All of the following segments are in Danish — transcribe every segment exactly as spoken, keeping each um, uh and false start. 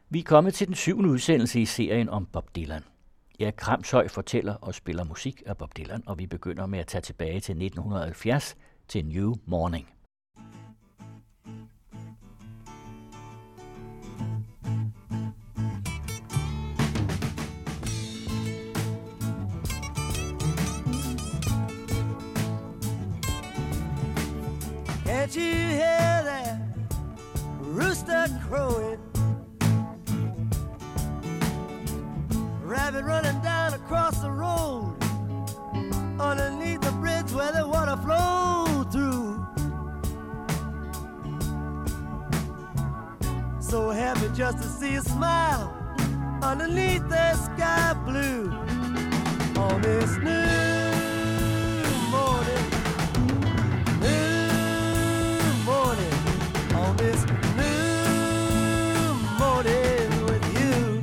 Vi er kommet til den syvende udsendelse i serien om Bob Dylan. Erik Kramshøj fortæller og spiller musik af Bob Dylan, og vi begynder med at tage tilbage til nitten halvfjerds til New Morning. Can't you hear that rooster crowing? Rabbit running down across the road, underneath the bridge where the water flows through. So happy just to see a smile underneath the sky blue on this new morning. On this new morning with you.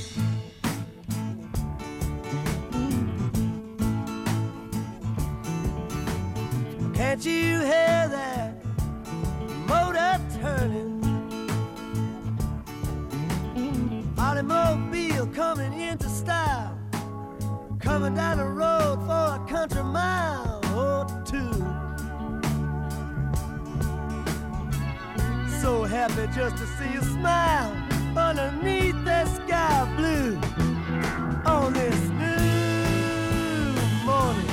Can't you hear that motor turning? Automobile coming into style, coming down the road for a country mile or two. So happy just to see you smile underneath that sky blue on this new morning,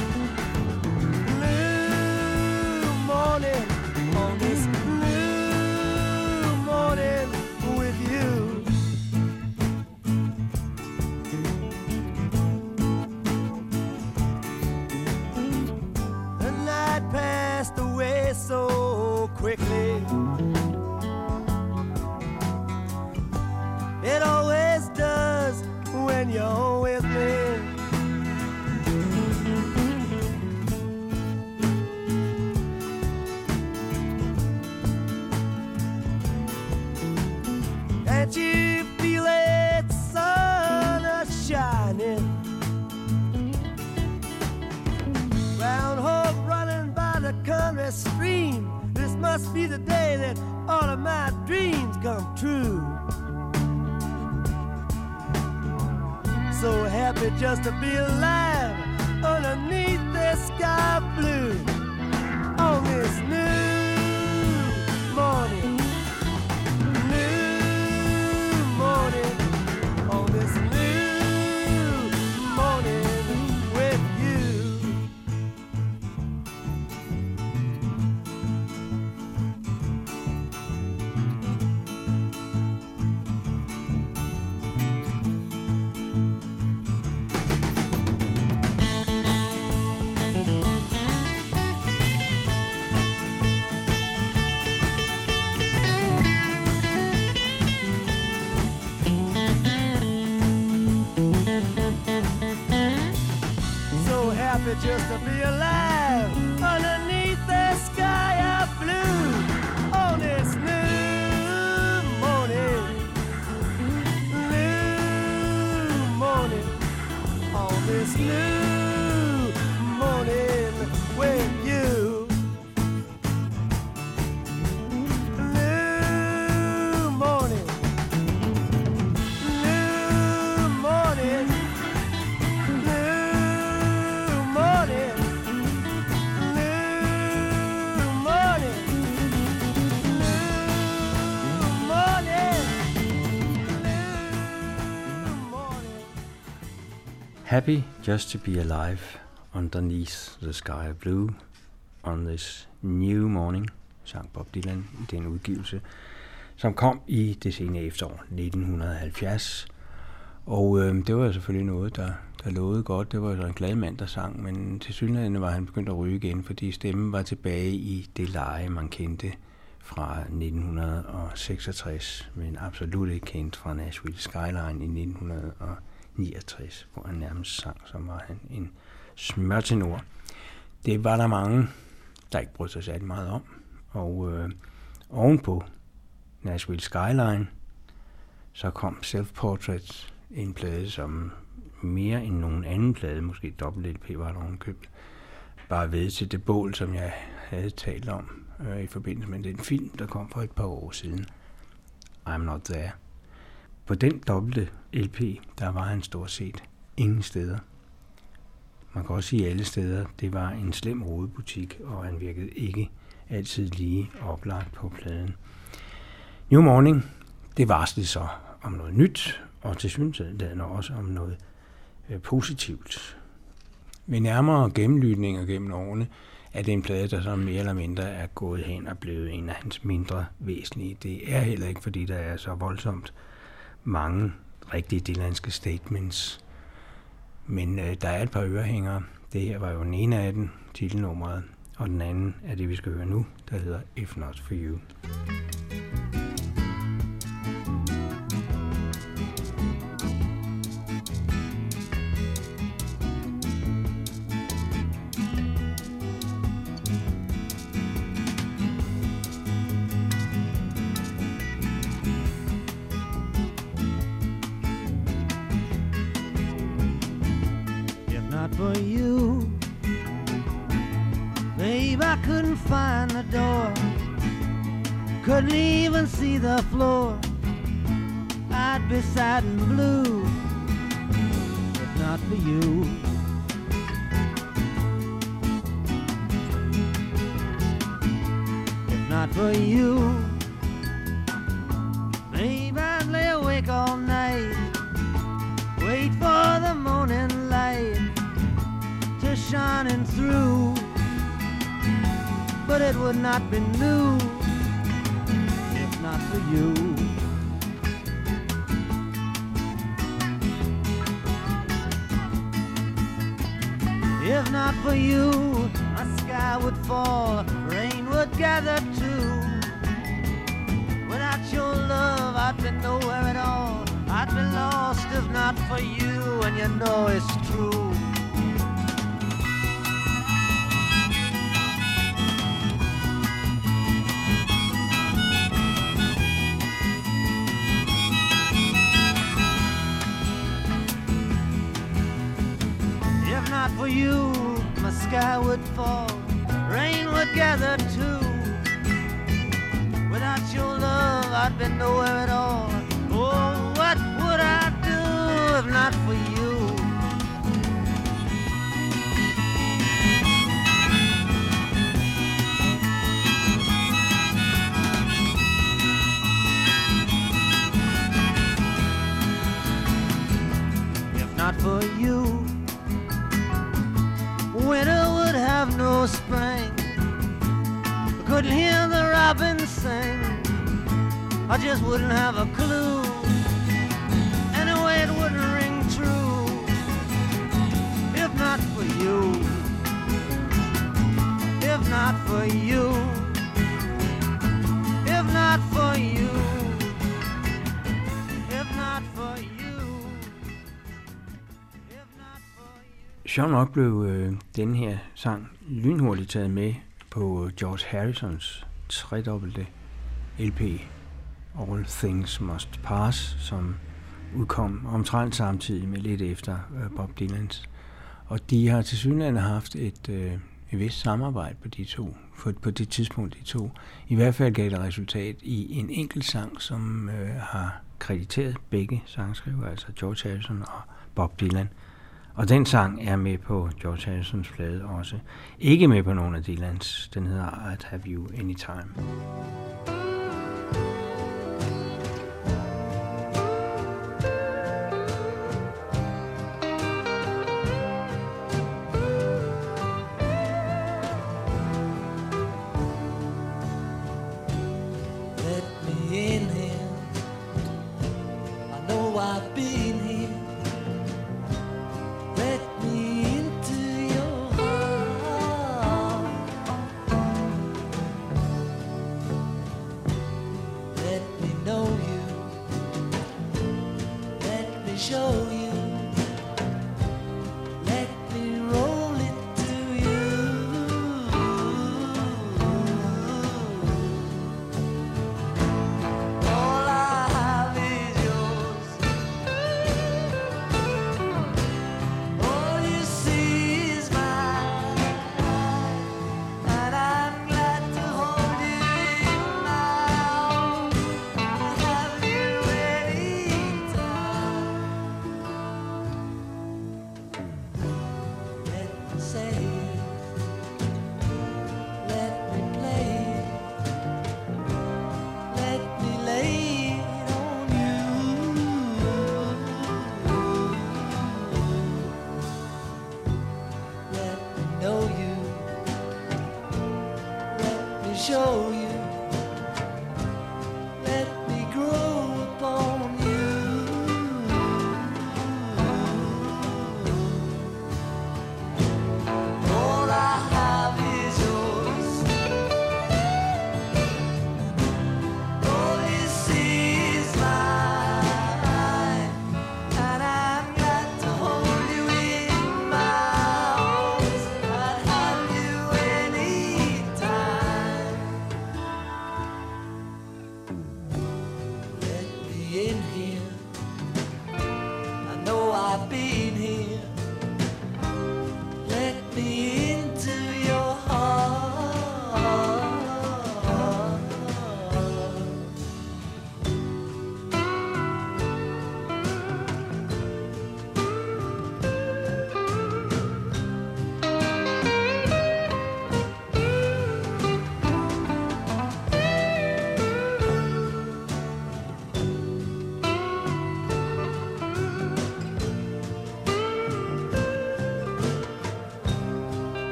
new morning, on this new morning with you. The night passed away so quickly. It always does when you're with me. Can't you feel it, sun is shining? Round hope running by the country stream. This must be the day that all of my dreams come true. So happy just to be alive underneath the sky blue on this new morning, new morning, on this new morning with you. Just to be alive underneath the sky of blue on this new morning, new morning, on this new morning with you. New morning, new morning. Happy just to be alive underneath the sky blue on this new morning, sang Bob Dylan i den udgivelse, som kom i det sene efterår nitten halvfjerds. Og øh, det var selvfølgelig noget, der, der lovede godt. Det var så en glad mand, der sang, men til synligheden var han begyndt at ryge igen, fordi stemmen var tilbage i det leje, man kendte fra nitten seksogtres, men absolut ikke kendt fra Nashville Skyline i nitten niogtres, hvor han nærmest sang, som var han en smørtenor. Det var der mange, der ikke brød sig særlig meget om, og øh, ovenpå Nashville Skyline, så kom Self Portrait, en plade, som mere end nogen anden plade, måske dobbelt L P var der ovenkøbt, bare ved til det bål, som jeg havde talt om øh, i forbindelse med den film, der kom for et par år siden. I'm Not There. På den dobbelte L P, der var han stort set ingen steder. Man kan også sige alle steder, det var en slem rodebutik, og han virkede ikke altid lige oplagt på pladen. New Morning, det varslede så om noget nyt, og til synligheden også om noget øh, positivt. Ved nærmere gennemlytninger gennem årene, er det en plade, der så mere eller mindre er gået hen og blevet en af hans mindre væsentlige. Det er heller ikke, fordi der er så voldsomt mange rigtige dylanske statements. Men øh, der er et par ørehængere. Det her var jo den ene af dem, titelnummeret, og den anden er det, vi skal høre nu, der hedder If Not For You. For you, babe, I couldn't find the door, couldn't even see the floor. I'd be sad and blue if not for you. If not for you, babe, I'd lay awake all night, wait for the morning light shining through, but it would not be new if not for you. If not for you, my sky would fall, rain would gather too. Without your love, I'd be nowhere at all. I'd be lost if not for you, and you know it's true. If not for you, my sky would fall, rain would gather too. Without your love, I'd be nowhere at all. Oh, what would I do if not for you? If not for you, winter would have no spring. I couldn't hear the robins sing. I just wouldn't have a clue. Anyway, it wouldn't ring true if not for you. If not for you. If not for you. If not for you. If not for you. Sjovt nok blev øh, den her sang lynhurtigt taget med på George Harrisons tredobbelte L P All Things Must Pass, som udkom omtrent samtidig med lidt efter øh, Bob Dylans. Og de har tilsyneladende haft et, øh, et vist samarbejde på de to, for, på det tidspunkt de to. I hvert fald gav det resultat i en enkelt sang, som øh, har krediteret begge sangskriver, altså George Harrison og Bob Dylan. Og den sang er med på George Harrisons plade også. Ikke med på nogen af Dylans. Den hedder I'd Have You Anytime.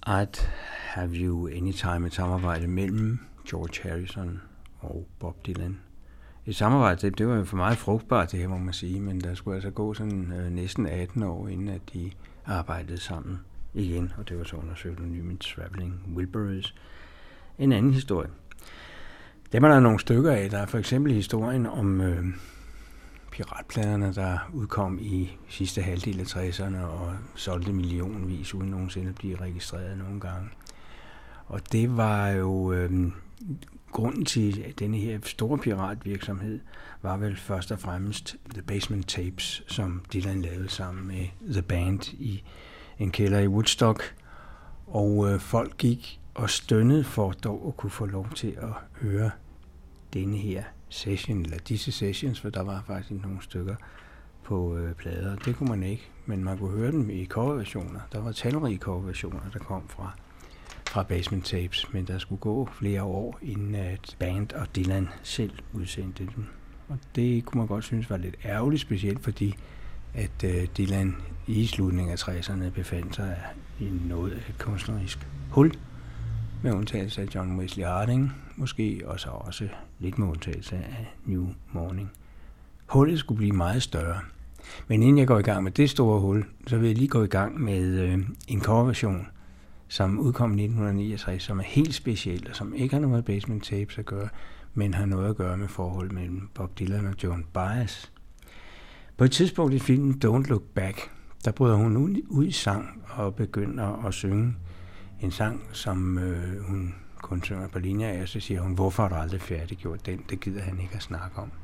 I'd Have You Anytime, et samarbejde mellem George Harrison og Bob Dylan. Et samarbejde, det, det var jo for meget frugtbart, det her må man sige, men der skulle altså gå sådan øh, næsten atten år, inden at de arbejdede sammen igen, og det var så under pseudonymet Traveling Wilburys. En anden historie. Dem er der nogle stykker af. Der er for eksempel historien om øh, piratpladerne, der udkom i sidste halvdel af tresserne og solgte millionvis uden nogensinde at blive registreret nogle gange. Og det var jo øh, grunden til, at denne her store piratvirksomhed var vel først og fremmest The Basement Tapes, som Dylan lavede sammen med The Band i en kælder i Woodstock. Og øh, folk gik og stønnede for dog at kunne få lov til at høre denne her session, eller disse sessions, for der var faktisk nogle stykker på øh, plader. Det kunne man ikke, men man kunne høre dem i coverversioner. Der var talrige coverversioner, der kom fra, fra Basement Tapes, men der skulle gå flere år, inden at Band og Dylan selv udsendte dem. Og det kunne man godt synes var lidt ærgerligt, specielt fordi at øh, Dylan i slutningen af tresserne befandt sig i noget af et kunstnerisk hul, med undtagelse af John Wesley Harding, måske, og så også lidt med undtagelse af New Morning. Hullet skulle blive meget større. Men inden jeg går i gang med det store hul, så vil jeg lige gå i gang med øh, en coverversion, som udkom i nitten niogtres, som er helt speciel, og som ikke har noget med Basement Tapes at gøre, men har noget at gøre med forholdet mellem Bob Dylan og Joan Baez. På et tidspunkt i filmen Don't Look Back, der bryder hun ud i sang og begynder at synge en sang, som øh, hun kun synger på linjer af, og så siger hun, hvorfor har du aldrig færdiggjort den? Det gider han ikke at snakke om.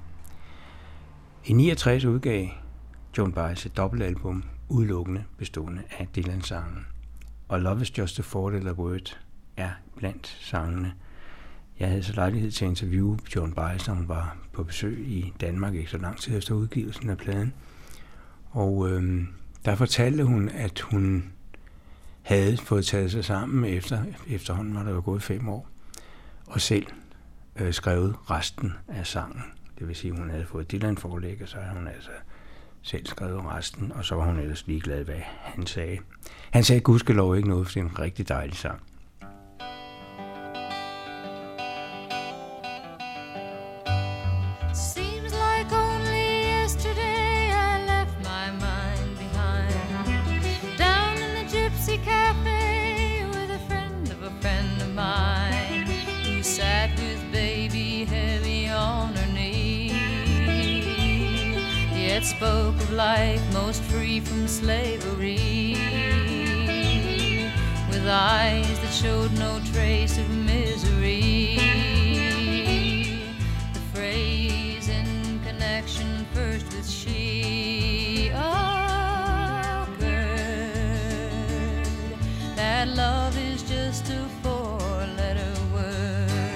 I niogtres udgav Joan Baez et dobbeltalbum, udelukkende bestående af Dylan-sangen. Og Love is Just a Four Letter Word er blandt sangene. Jeg havde så lejlighed til at interviewe Joan Baez, som var på besøg i Danmark ikke så lang tid efter udgivelsen af pladen. Og øh, der fortalte hun, at hun havde fået taget sig sammen efter, efterhånden var der jo gået fem år, og selv øh, skrevet resten af sangen. Det vil sige, at hun havde fået Dylan-forlæg, og så havde hun altså selv skrevet resten, og så var hun ellers ligeglad, hvad han sagde. Han sagde gudskelov ikke noget, for det er en rigtig dejlig sang. Spoke of life most free from slavery, with eyes that showed no trace of misery. The phrase in connection first with she occurred, that love is just a four-letter word.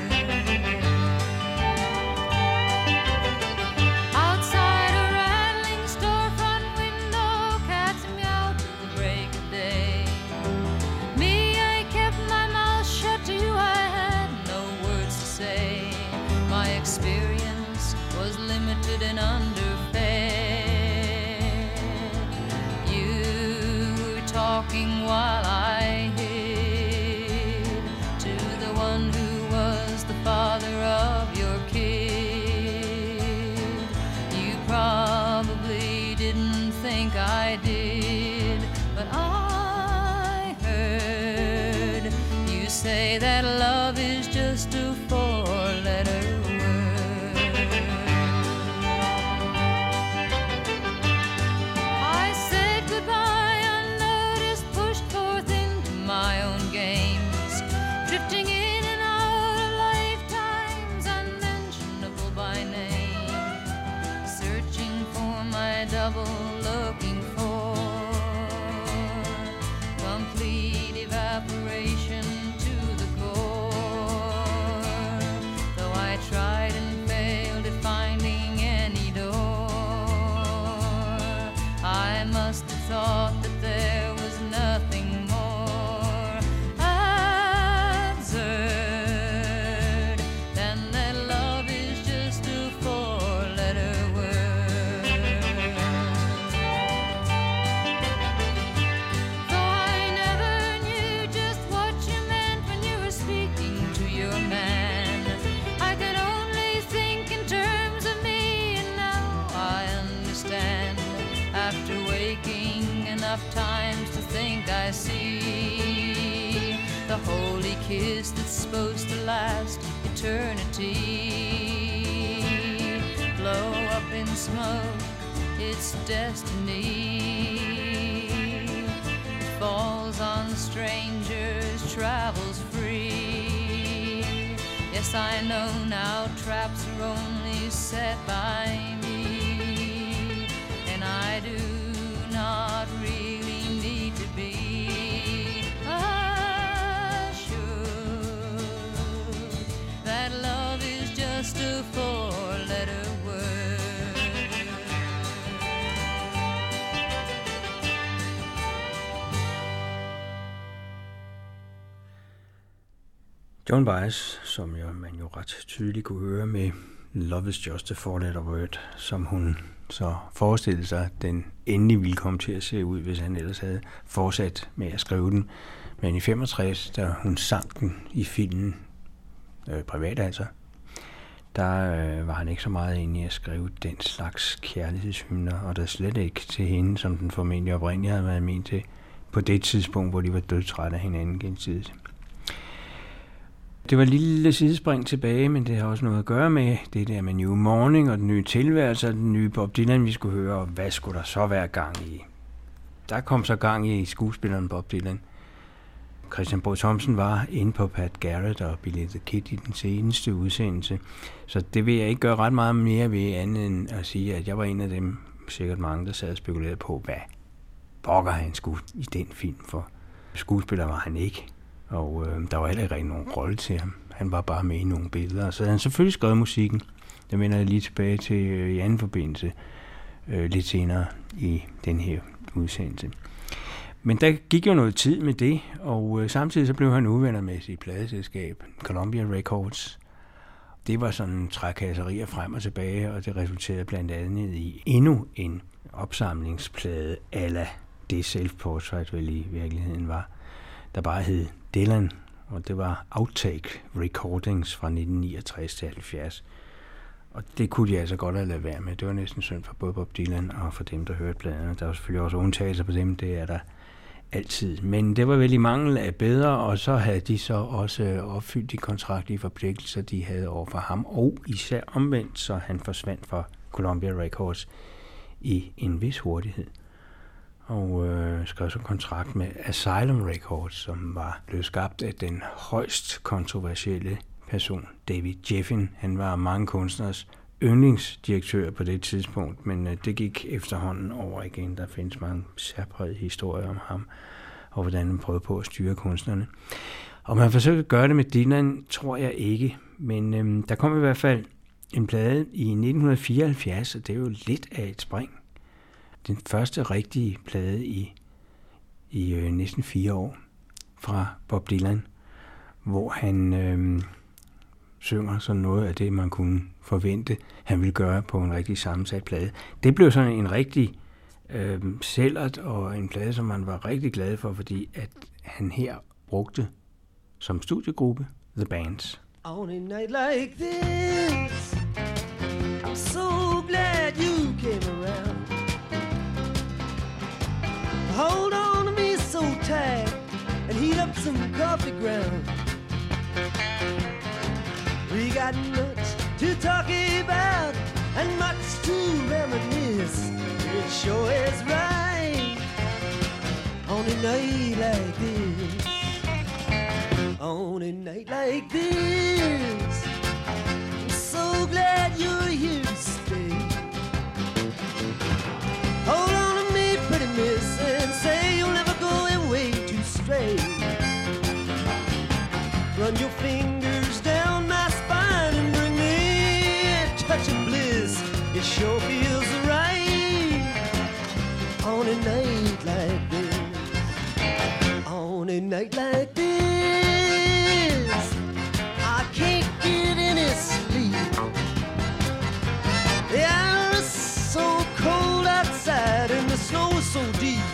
And underfed, you were talking while I hid to the one who was the father of your kid. You probably didn't think I did, but I heard you say that love is just a four-letter double looking for complete evaporation to the core. Though I tried and failed at finding any door, I must have thought that there was nothing more absurd than that love is just a four-letter word. Just what enough times to think I see the holy kiss that's supposed to last eternity. Blow up in smoke, it's destiny. It falls on strangers, travels free. Yes, I know now traps are only set by me, and I do not really need to be assured that love is just a four-letter word. Joan Baez, som jo, man jo ret tydeligt kunne høre med Love is just a four-letter word, som hun så forestillede sig, at den endelig ville komme til at se ud, hvis han ellers havde fortsat med at skrive den. Men i femogtres, da hun sang den i filmen, øh, privat altså, der øh, var han ikke så meget inde i at skrive den slags kærlighedshymner, og der slet ikke til hende, som den formentlig oprindeligt havde været ment til, på det tidspunkt, hvor de var dødtrætte af hinanden gensidigt. Det var et lille sidespring tilbage, men det har også noget at gøre med det der med New Morning og den nye tilværelse og den nye Bob Dylan, vi skulle høre, og hvad skulle der så være gang i? Der kom så gang i skuespilleren Bob Dylan. Christian Borg Thomsen var inde på Pat Garrett og Billy the Kid i den seneste udsendelse, så det vil jeg ikke gøre ret meget mere ved, andet end at sige, at jeg var en af dem, sikkert mange, der sad og spekulerede på, hvad pokker han skulle i den film, for skuespiller var han ikke. Og øh, der var heller ikke rigtig nogen rolle til ham. Han var bare med i nogle billeder. Så havde han selvfølgelig skrevet musikken. Det vender jeg lige tilbage til øh, i anden forbindelse øh, lidt senere i den her udsendelse. Men der gik jo noget tid med det, og øh, samtidig så blev han uvenner med sit pladeselskab, Columbia Records. Det var sådan trækasserier frem og tilbage, og det resulterede blandt andet i endnu en opsamlingsplade a la det Self-Portrait vel i virkeligheden var, der bare hed Dylan, og det var Outtake Recordings fra nitten niogtres til halvfjerds. Og det kunne de altså godt have ladet være med. Det var næsten synd for både Bob Dylan og for dem, der hørte pladerne. Der var selvfølgelig også undtagelser på dem, det er der altid. Men det var vel i mangel af bedre, og så havde de så også opfyldt de kontraktlige forpligtelser, de havde over for ham, og især omvendt, så han forsvandt fra Columbia Records i en vis hurtighed. Og øh, skrev så kontrakt med Asylum Records, som var blevet skabt af den højst kontroversielle person, David Geffen. Han var mange kunstners yndlingsdirektør på det tidspunkt, men øh, det gik efterhånden over igen. Der findes mange særprægede historier om ham, og hvordan han prøvede på at styre kunstnerne. Og man forsøgte at gøre det med Dylan, tror jeg ikke, men øh, der kom i hvert fald en plade i nitten fireoghalvfjerds, og det er jo lidt af et spring. Den første rigtige plade i, i øh, næsten fire år fra Bob Dylan, hvor han øh, synger sådan noget af det, man kunne forvente, han ville gøre på en rigtig sammensat plade. Det blev sådan en rigtig øh, sælgert og en plade, som man var rigtig glad for, fordi at han her brugte som studiegruppe The Bands. On a night like this, I'm so glad you came around. Hold on to me so tight and heat up some coffee ground. We got much to talk about and much to reminisce. It sure is right on a night like this. On a night like this, I'm so glad you're here to stay. Hold on to me, pretty miss, and say you'll never go away to stray. Run your fingers down my spine and bring me a touch of bliss. It sure feels right on a night like this. On a night like this, I can't get any sleep. The air is so cold outside and the snow is so deep.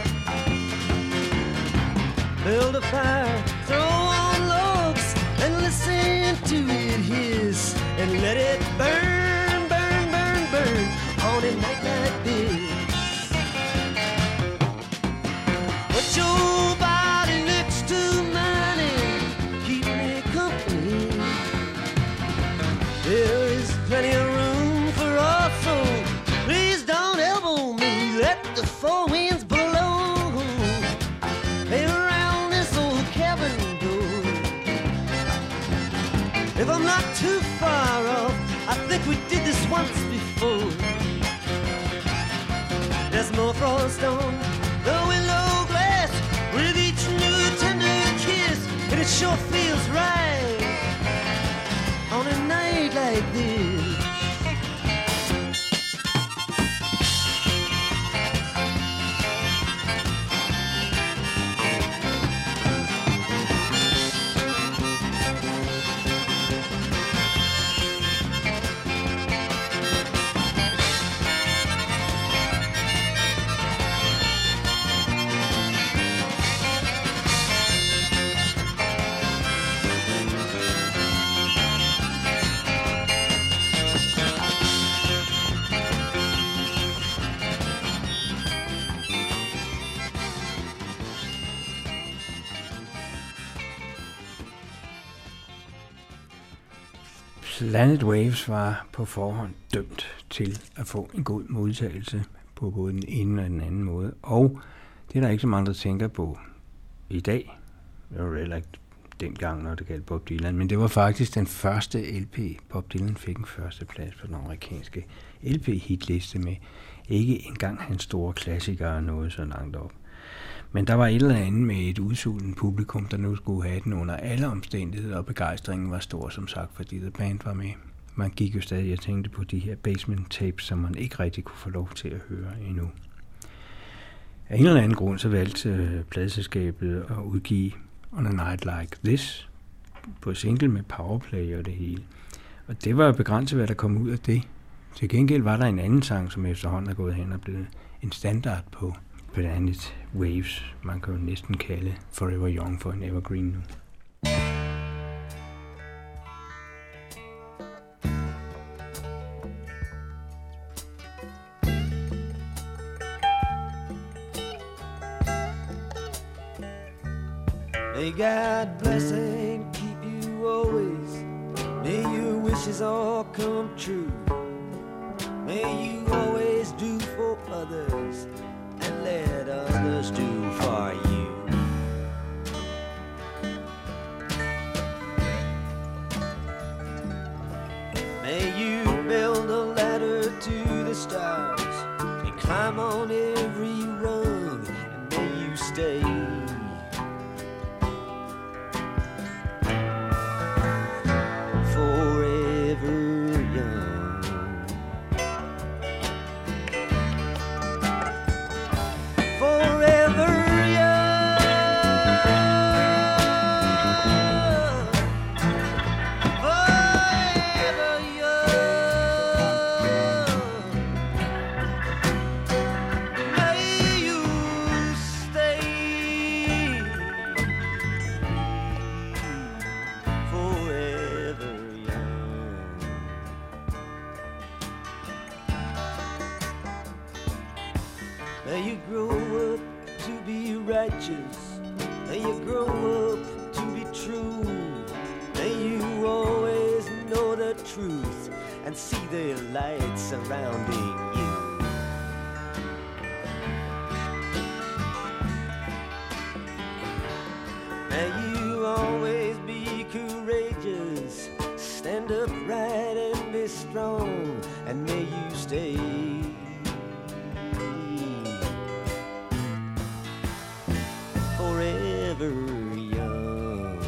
Build a fire, throw on logs, and listen to it hiss, and let it burn, burn, burn, burn on a night like this. the four winds blow. Play around this old cabin door. If I'm not too far off, I think we did this once before. There's more frost on the willow glass with each new tender kiss, and it sure feels right on a night like this. Planet Waves var på forhånd dømt til at få en god modtagelse på både den ene og den anden måde. Og det er der ikke så mange, der tænker på i dag. Det var heller ikke dengang, når det galt Bob Dylan. Men det var faktisk den første L P. Bob Dylan fik en første plads på den amerikanske L P-hitliste med ikke engang hans store klassikere nåede så langt op. Men der var et eller andet med et udsultent publikum, der nu skulle have den under alle omstændigheder, og begejstringen var stor, som sagt, fordi The Band var med. Man gik jo stadig og tænkte på de her basement tapes, som man ikke rigtig kunne få lov til at høre endnu. Af en eller anden grund, så valgte pladeselskabet at udgive On a Night Like This på single med powerplay og det hele. Og det var begrænset, hvad der kom ud af det. Til gengæld var der en anden sang, som efterhånden er gået hen og blevet en standard på Planet Waves. Man kan jo næsten kalde Forever Young for en evergreen nu. May God bless and keep you always. May your wishes all come true. May you always do for others and let others do for you. May you build a ladder to the stars and climb on every rung, and may you stay and see the light surrounding you. May you always be courageous, stand upright and be strong, and may you stay forever young.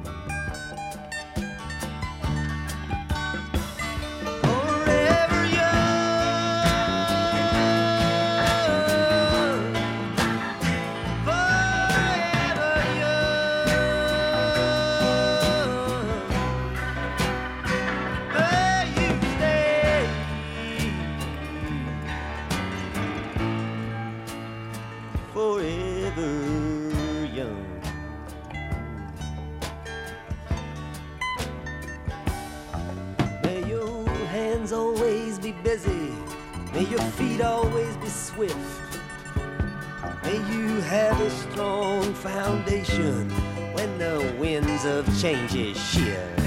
May your feet always be swift. May you have a strong foundation when the winds of change shift.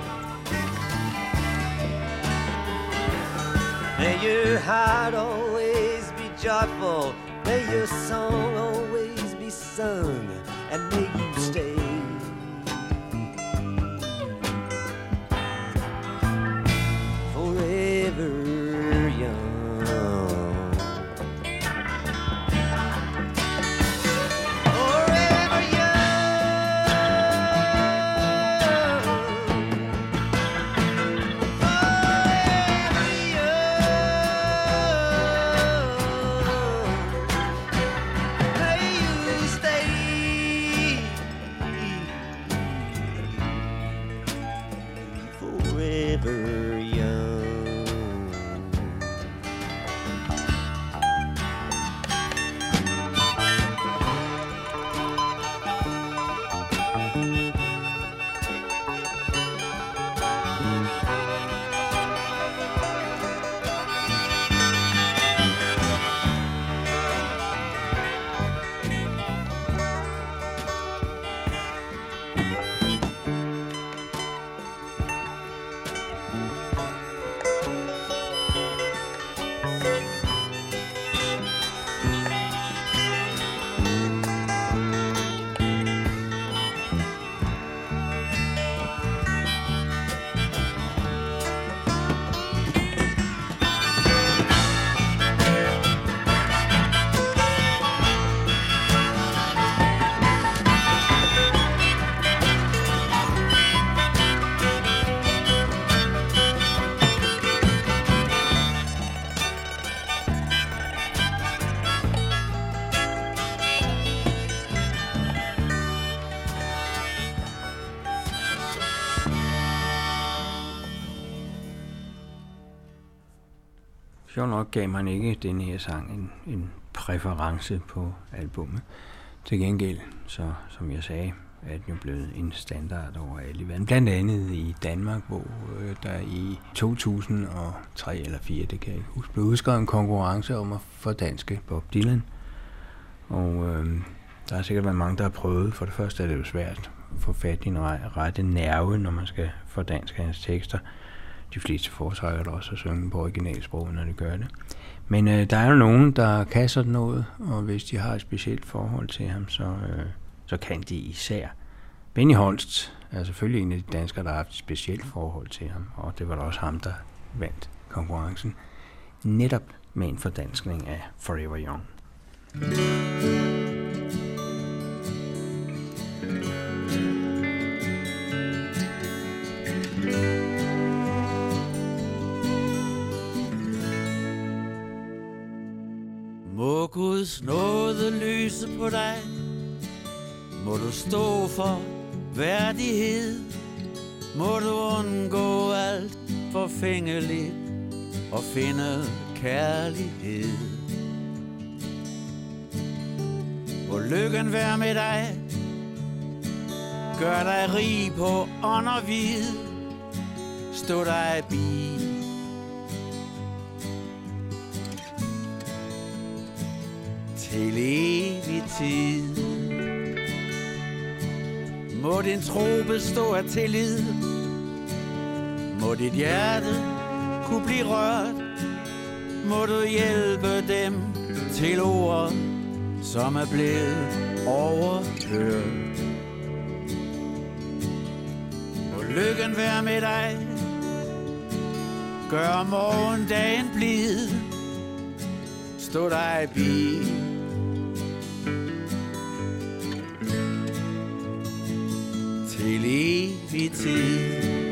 May your heart always joyful. May your song always be sung, and may you stay forever young. Forever young. Forever young. May you stay forever young. Sjovt nok gav man ikke den her sang en, en præference på albummet. Til gengæld, så som jeg sagde, er den jo blevet en standard over alle i verden. Blandt andet i Danmark, hvor øh, der i to tusind og tre eller fire, det kan jeg ikke huske, blev udskrevet en konkurrence om at fordanske Bob Dylan. Og øh, der har sikkert været mange, der har prøvet. For det første er det jo svært at få fat i en rette nerve, når man skal fordanske hans tekster. De fleste foretrækker da også at synge på originalsprog, når de gør det. Men øh, der er jo nogen, der kan sådan noget, og hvis de har et specielt forhold til ham, så, øh, så kan de især. Benny Holst er selvfølgelig en af de danskere, der har haft et specielt forhold til ham, og det var da også ham, der vandt konkurrencen. Netop med en fordanskning af Forever Young. Må Guds nåde lyse på dig, må du stå for værdighed, må du undgå alt forfængeligt og finde kærlighed. Må lykken være med dig, gør dig rig på ånd og vid, stå dig bi. Til evig tid. Må din tro bestå af tillid, må dit hjerte kunne blive rørt, må du hjælpe dem til ord, som er blevet overhørt. Må lykken være med dig, gør morgendagen blid, stå dig bi. Til evig tid.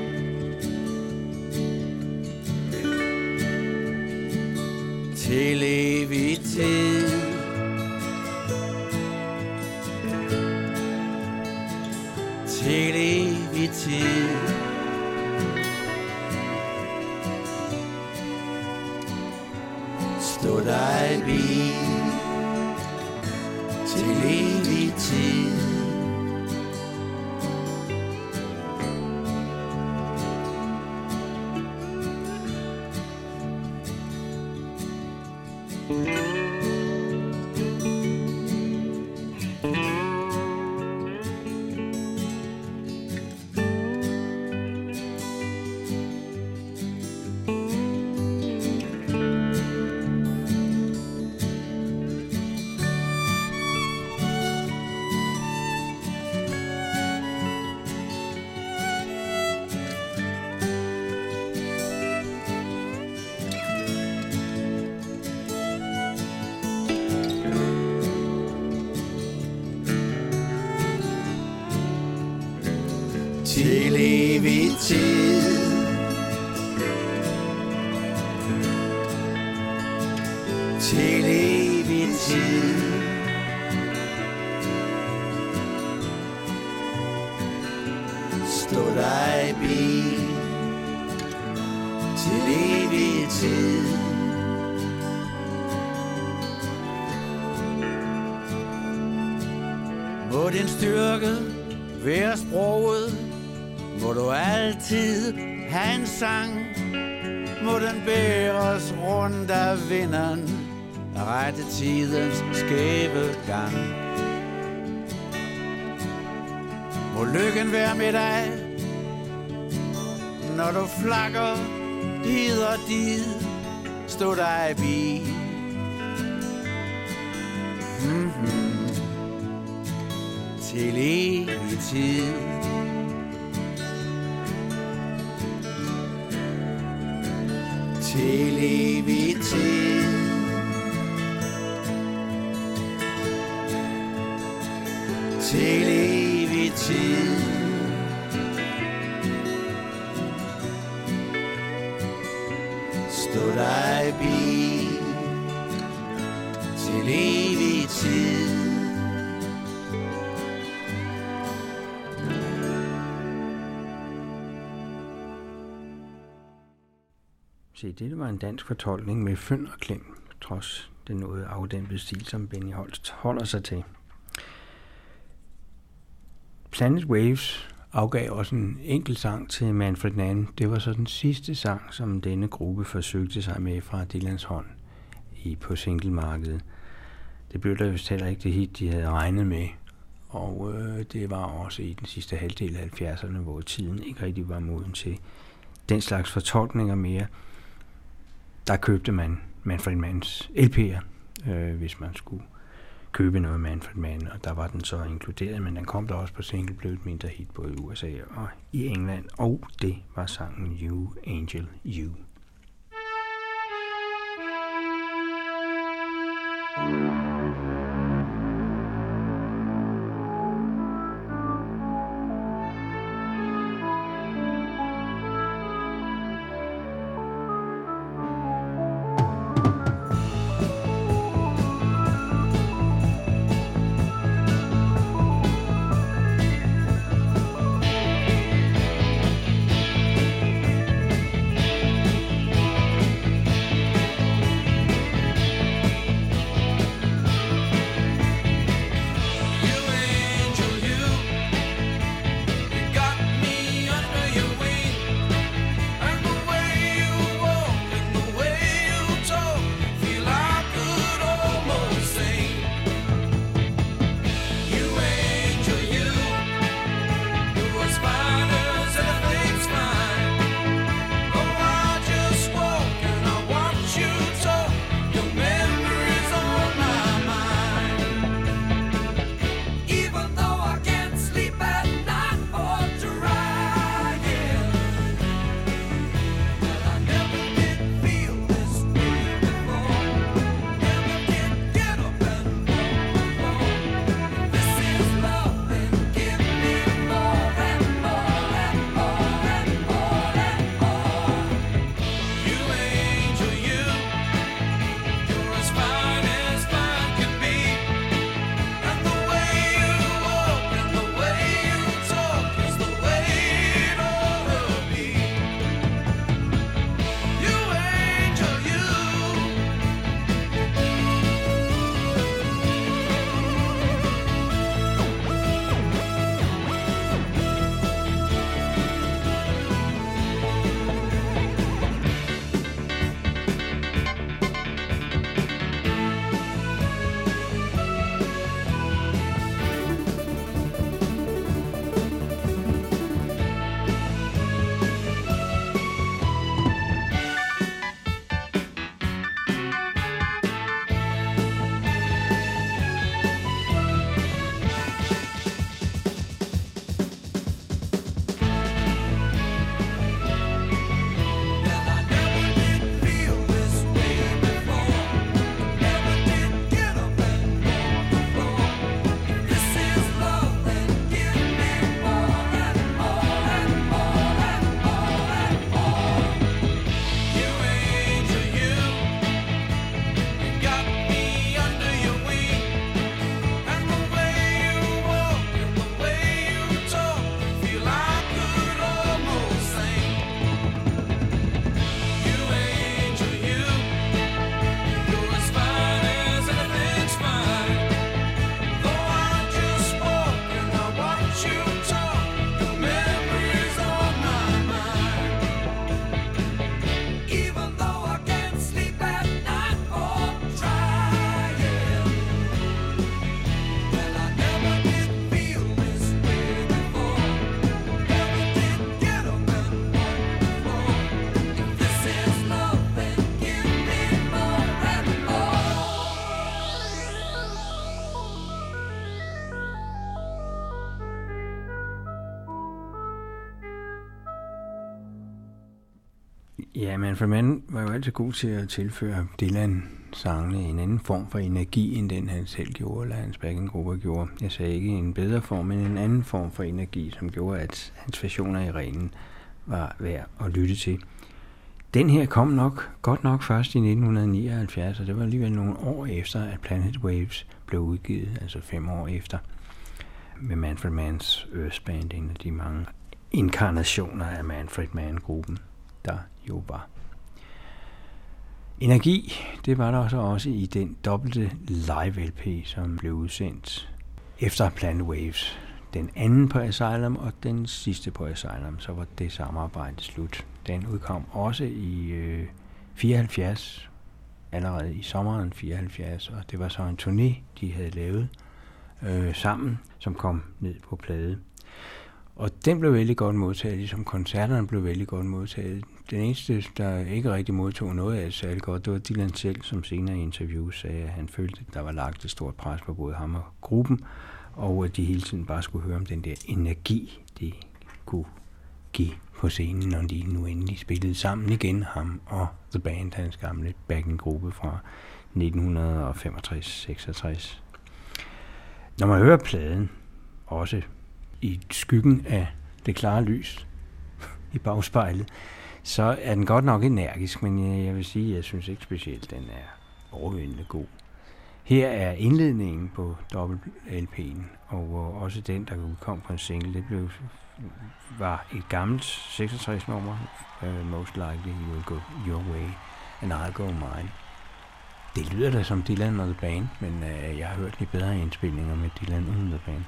Til evig tid. Til evig tid. Stå dig bi. Til evig tid. til evig tid. Til evig tid. Stå dig bi til evig tid. Må din styrke være sproget, må du altid have en sang, må den bæres rundt af vinden, rette tidens skæve gang. Må lykken være med dig, når du flakker hid og did, stå dig bi. Mm-hmm. Til evig tid. Til evig tid. Til evig tid. Stå dig bi til evig tid. Se, det var en dansk fortolkning med fynd og klem, trods den noget afdæmpede stil, som Benny Holst holder sig til. Planet Waves afgav også en enkelt sang til Manfred Mann. Det var så den sidste sang, som denne gruppe forsøgte sig med fra Dylans hånd i på singlemarkedet. Det blev der vist heller ikke det hit, de havde regnet med. Og øh, det var også i den sidste halvdel af halvfjerdserne, hvor tiden ikke rigtig var moden til den slags fortolkninger mere. Der købte man Manfred Manns L P'er, øh, hvis man skulle købe noget Manfred Mann, og der var den så inkluderet, men den kom der også på single, blev et mindre hit både i U S A og i England, og det var sangen You Angel You. Ja, Manfred Mann var jo altid god til at tilføre Dylan-sangene en anden form for energi, end den han selv gjorde, eller hans backing-grupper gjorde. Jeg sagde ikke en bedre form, men en anden form for energi, som gjorde, at hans versioner i renen var værd at lytte til. Den her kom nok, godt nok først i nitten nioghalvfjerds, og det var alligevel nogle år efter, at Planet Waves blev udgivet, altså fem år efter, med Manfred Manns Earth Band, en af de mange inkarnationer af Manfred Mann-gruppen, der jo var. Energi, det var der så også i den dobbelte live-L P, som blev udsendt efter Planet Waves. Den anden på Asylum og den sidste på Asylum, så var det samarbejde slut. Den udkom også i øh, fireoghalvfjerds, allerede i sommeren fireoghalvfjerds, og det var så en turné, de havde lavet øh, sammen, som kom ned på plade. Og den blev vældig godt modtaget, ligesom koncerterne blev vældig godt modtaget. Den eneste, der ikke rigtig modtog noget af det særlig godt, det var Dylan selv, som senere i interviews sagde, at han følte, at der var lagt et stort pres på både ham og gruppen, og at de hele tiden bare skulle høre om den der energi, de kunne give på scenen, når de nu endelig spillede sammen igen, ham og The Band, hans gamle backing-gruppe fra nitten femogtres seksogtres. Når man hører pladen, også i skyggen af det klare lys i bagspejlet, så er den godt nok energisk, men jeg vil sige, at jeg synes ikke specielt, den er overvældende god. Her er indledningen på dobbelt-L P'en, og også den, der udkom på en single, det blev, var et gammelt seksogtres nummer, uh, Most Likely You Will Go Your Way, and I'll Go Mine. Det lyder da som Dylan og The Band, men uh, jeg har hørt lidt bedre indspilninger med Dylan uden The Band.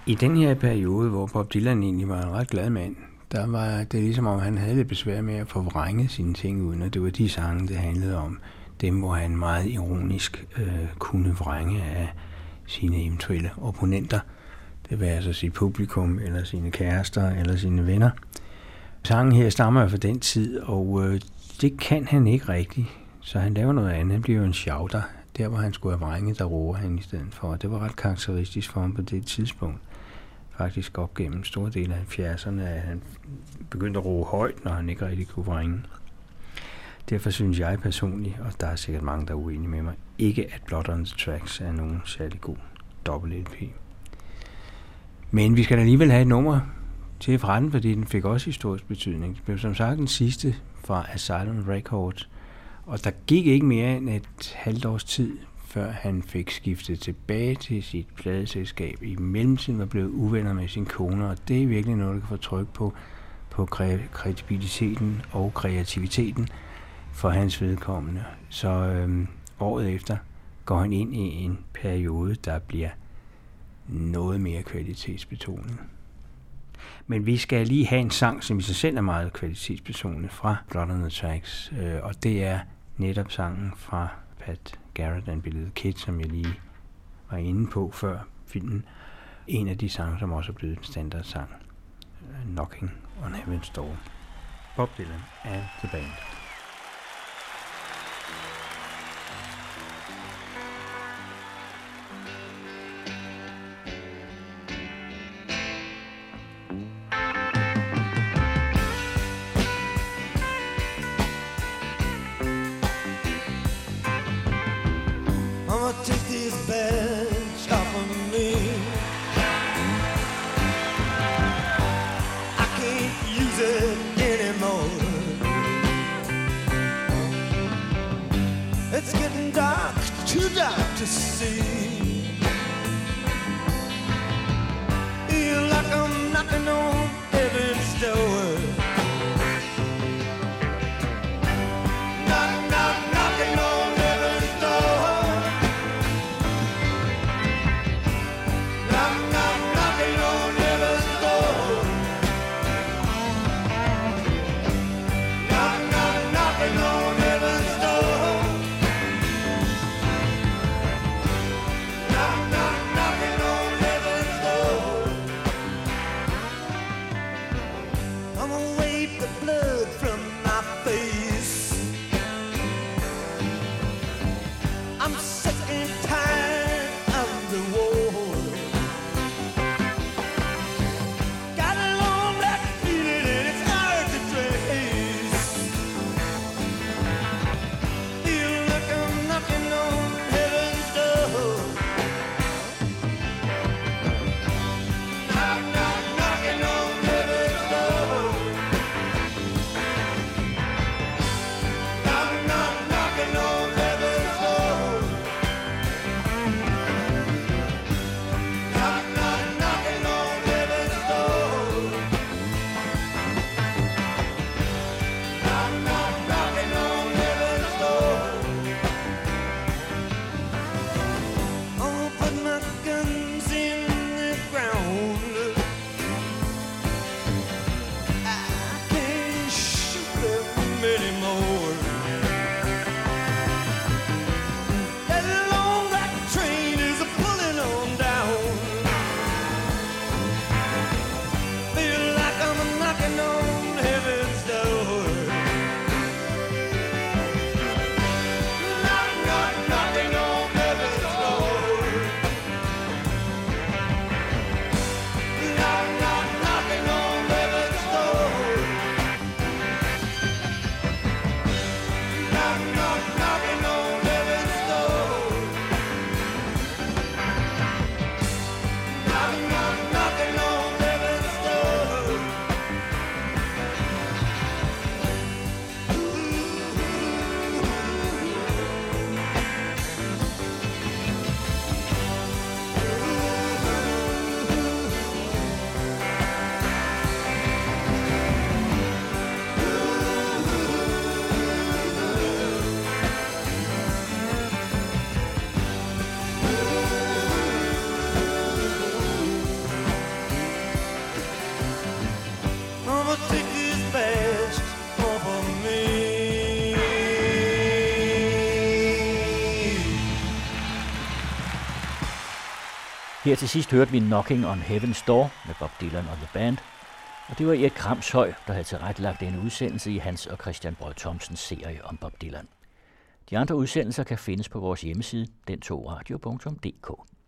I den her periode, hvor Bob Dylan egentlig var en ret glad mand, der var det ligesom om, han havde lidt besvær med at få vrænget sine ting uden, og det var de sange, det handlede om. Dem, hvor han meget ironisk øh, kunne vrænge af sine eventuelle opponenter. Det var altså sit publikum, eller sine kærester, eller sine venner. Sangen her stammer fra den tid, og øh, det kan han ikke rigtigt. Så han laver noget andet. Han bliver jo en shouter. Der, hvor han skulle have vrænget, der roer han i stedet for. Det var ret karakteristisk for ham på det tidspunkt. Faktisk op gennem store dele af halvfjerdserne, at han begyndte at roe højt, når han ikke rigtig kunne vrænge. Derfor synes jeg personligt, og der er sikkert mange, der er uenige med mig, ikke at Blood on the Tracks er nogen særlig god dobbelt-L P. Men vi skal alligevel have et nummer til fra den, fordi den fik også historisk betydning. Det blev som sagt den sidste fra Asylum Records, og der gik ikke mere end et halvt års tid, før han fik skiftet tilbage til sit pladeselskab. I mellemtiden var blevet uvenner med sin kone, og det er virkelig noget, der kan få tryk på, på kredibiliteten og kreativiteten for hans vedkommende. Så øhm, året efter går han ind i en periode, der bliver noget mere kvalitetsbetonet. Men vi skal lige have en sang, som i sig selv er meget kvalitetsbetonet fra Blood on the Tracks, øh, og det er netop sangen fra Pat Garrett and Billy the Kid, som jeg lige var inde på før filmen. En af de sange, som også er blevet en standardsang. Knocking on Heaven's Door. Bob Dylan and the Band. Her til sidst hørte vi Knocking on Heaven's Door med Bob Dylan og The Band, og det var Erik Kramshøj, der havde tilrettelagt denne udsendelse i Hans og Christian Brød Thomsens serie om Bob Dylan. De andre udsendelser kan findes på vores hjemmeside den to radio punktum d k.